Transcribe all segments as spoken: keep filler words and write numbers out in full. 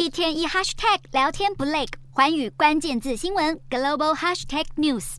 一天一 hashtag 聊天不累，寰宇关键字新闻 global hashtag news。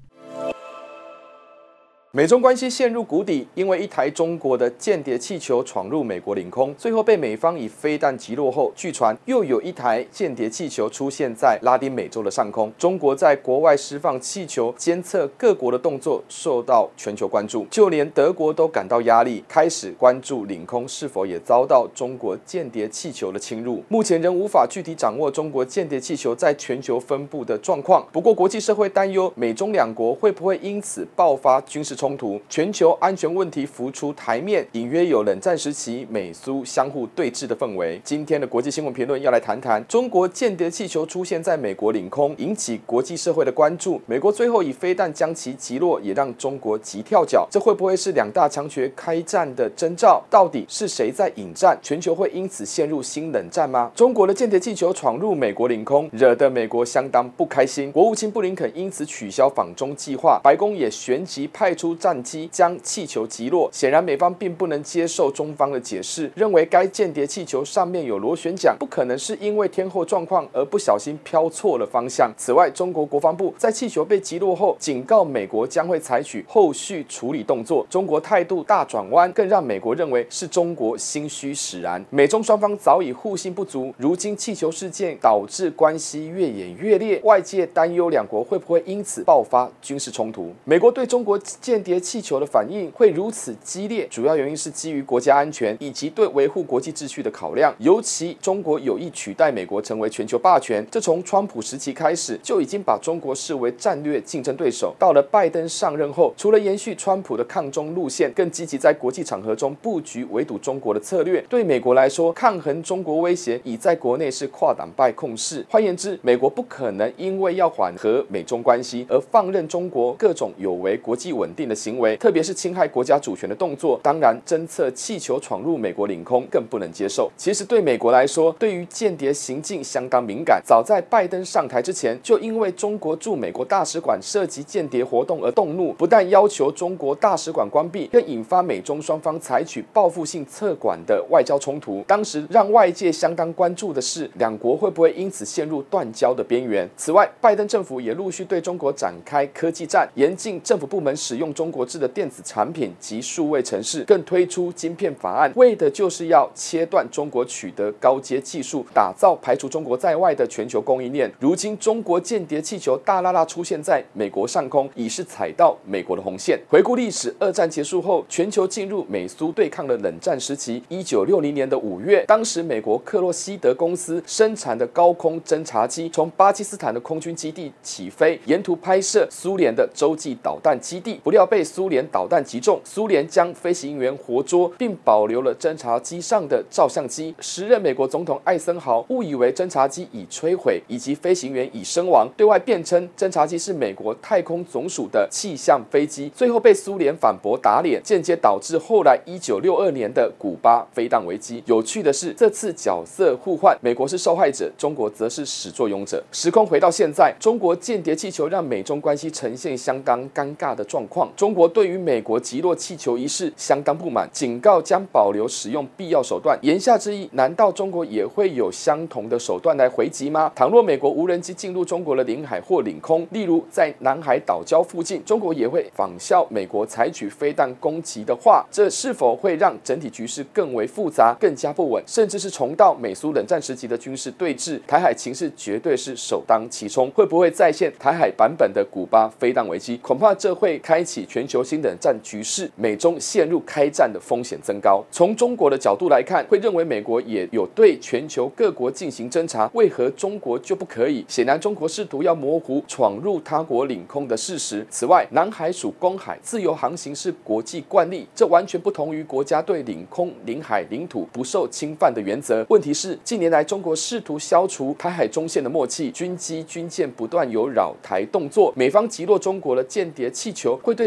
美中关系陷入谷底，因为一台中国的间谍气球闯入美国领空，最后被美方以飞弹击落后，据传又有一台间谍气球出现在拉丁美洲的上空。中国在国外释放气球，监测各国的动作，受到全球关注，就连德国都感到压力，开始关注领空是否也遭到中国间谍气球的侵入。目前仍无法具体掌握中国间谍气球在全球分布的状况。不过，国际社会担忧美中两国会不会因此爆发军事冲突，全球安全问题浮出台面，隐约有冷战时期美苏相互对峙的氛围。今天的国际新闻评论要来谈谈中国间谍气球出现在美国领空，引起国际社会的关注。美国最后以飞弹将其击落，也让中国急跳脚。这会不会是两大强权开战的征兆？到底是谁在引战？全球会因此陷入新冷战吗？中国的间谍气球闯入美国领空，惹得美国相当不开心。国务卿布林肯因此取消访中计划，白宫也旋即派出战机将气球击落。显然美方并不能接受中方的解释，认为该间谍气球上面有螺旋桨，不可能是因为天候状况而不小心飘错了方向。此外，中国国防部在气球被击落后警告美国将会采取后续处理动作，中国态度大转弯，更让美国认为是中国心虚使然。美中双方早已互信不足，如今气球事件导致关系越演越烈，外界担忧两国会不会因此爆发军事冲突。美国对中国间谍气球的反应会如此激烈，主要原因是基于国家安全以及对维护国际秩序的考量。尤其中国有意取代美国成为全球霸权，这从川普时期开始就已经把中国视为战略竞争对手。到了拜登上任后，除了延续川普的抗中路线，更积极在国际场合中布局围堵中国的策略。对美国来说，抗衡中国威胁已在国内是跨党派控势。换言之，美国不可能因为要缓和美中关系而放任中国各种有违国际稳定的行为，特别是侵害国家主权的动作。当然，侦测气球闯入美国领空更不能接受。其实对美国来说，对于间谍行径相当敏感。早在拜登上台之前，就因为中国驻美国大使馆涉及间谍活动而动怒，不但要求中国大使馆关闭，更引发美中双方采取报复性策管的外交冲突。当时让外界相当关注的是，两国会不会因此陷入断交的边缘。此外，拜登政府也陆续对中国展开科技战，严禁政府部门使用中国制的电子产品及数位程式，更推出晶片法案，为的就是要切断中国取得高阶技术，打造排除中国在外的全球供应链。如今中国间谍气球大拉拉出现在美国上空，已是踩到美国的红线。回顾历史，二战结束后，全球进入美苏对抗的冷战时期。一九六零年的五月，当时美国克洛西德公司生产的高空侦察机从巴基斯坦的空军基地起飞，沿途拍摄苏联的洲际导弹基地，不料被苏联导弹击中，苏联将飞行员活捉，并保留了侦察机上的照相机。时任美国总统艾森豪误以为侦察机已摧毁，以及飞行员已身亡，对外辩称侦察机是美国太空总署的气象飞机，最后被苏联反驳打脸，间接导致后来一九六二年的古巴飞弹危机。有趣的是，这次角色互换，美国是受害者，中国则是始作俑者。时空回到现在，中国间谍气球让美中关系呈现相当尴尬的状况。中国对于美国击落气球一事相当不满，警告将保留使用必要手段。言下之意，难道中国也会有相同的手段来回击吗？倘若美国无人机进入中国的领海或领空，例如在南海岛礁附近，中国也会仿效美国采取飞弹攻击的话，这是否会让整体局势更为复杂、更加不稳，甚至是重蹈美苏冷战时期的军事对峙？台海情势绝对是首当其冲。会不会再现台海版本的古巴飞弹危机？恐怕这会开启全球新冷战局势，美中陷入开战的风险增高。从中国的角度来看，会认为美国也有对全球各国进行侦查，为何中国就不可以？显然中国试图要模糊闯入他国领空的事实。此外，南海属公海，自由航行是国际惯例，这完全不同于国家对领空、领海、领土不受侵犯的原则。问题是，近年来中国试图消除台海中线的默契，军机、军舰不断有扰台动作，美方击落中国的间谍气球，会对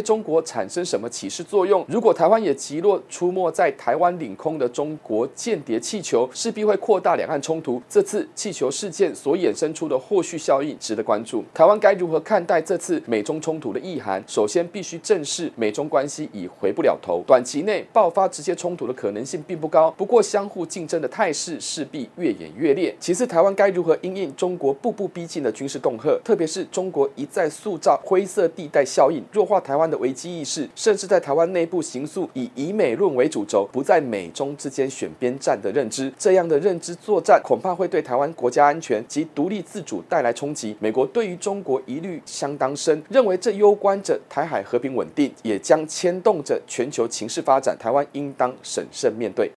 中国产生什么启示作用？如果台湾也击落出没在台湾领空的中国间谍气球，势必会扩大两岸冲突。这次气球事件所衍生出的后续效应值得关注。台湾该如何看待这次美中冲突的意涵？首先必须正视美中关系已回不了头，短期内爆发直接冲突的可能性并不高，不过相互竞争的态势势必越演越烈。其次，台湾该如何因应中国步步逼近的军事恫吓，特别是中国一再塑造灰色地带效应，弱化台湾的危机意识，甚至在台湾内部形塑以以美论为主轴，不在美中之间选边站的认知。这样的认知作战恐怕会对台湾国家安全及独立自主带来冲击。美国对于中国疑虑相当深，认为这攸关着台海和平稳定，也将牵动着全球情势发展，台湾应当审慎面对。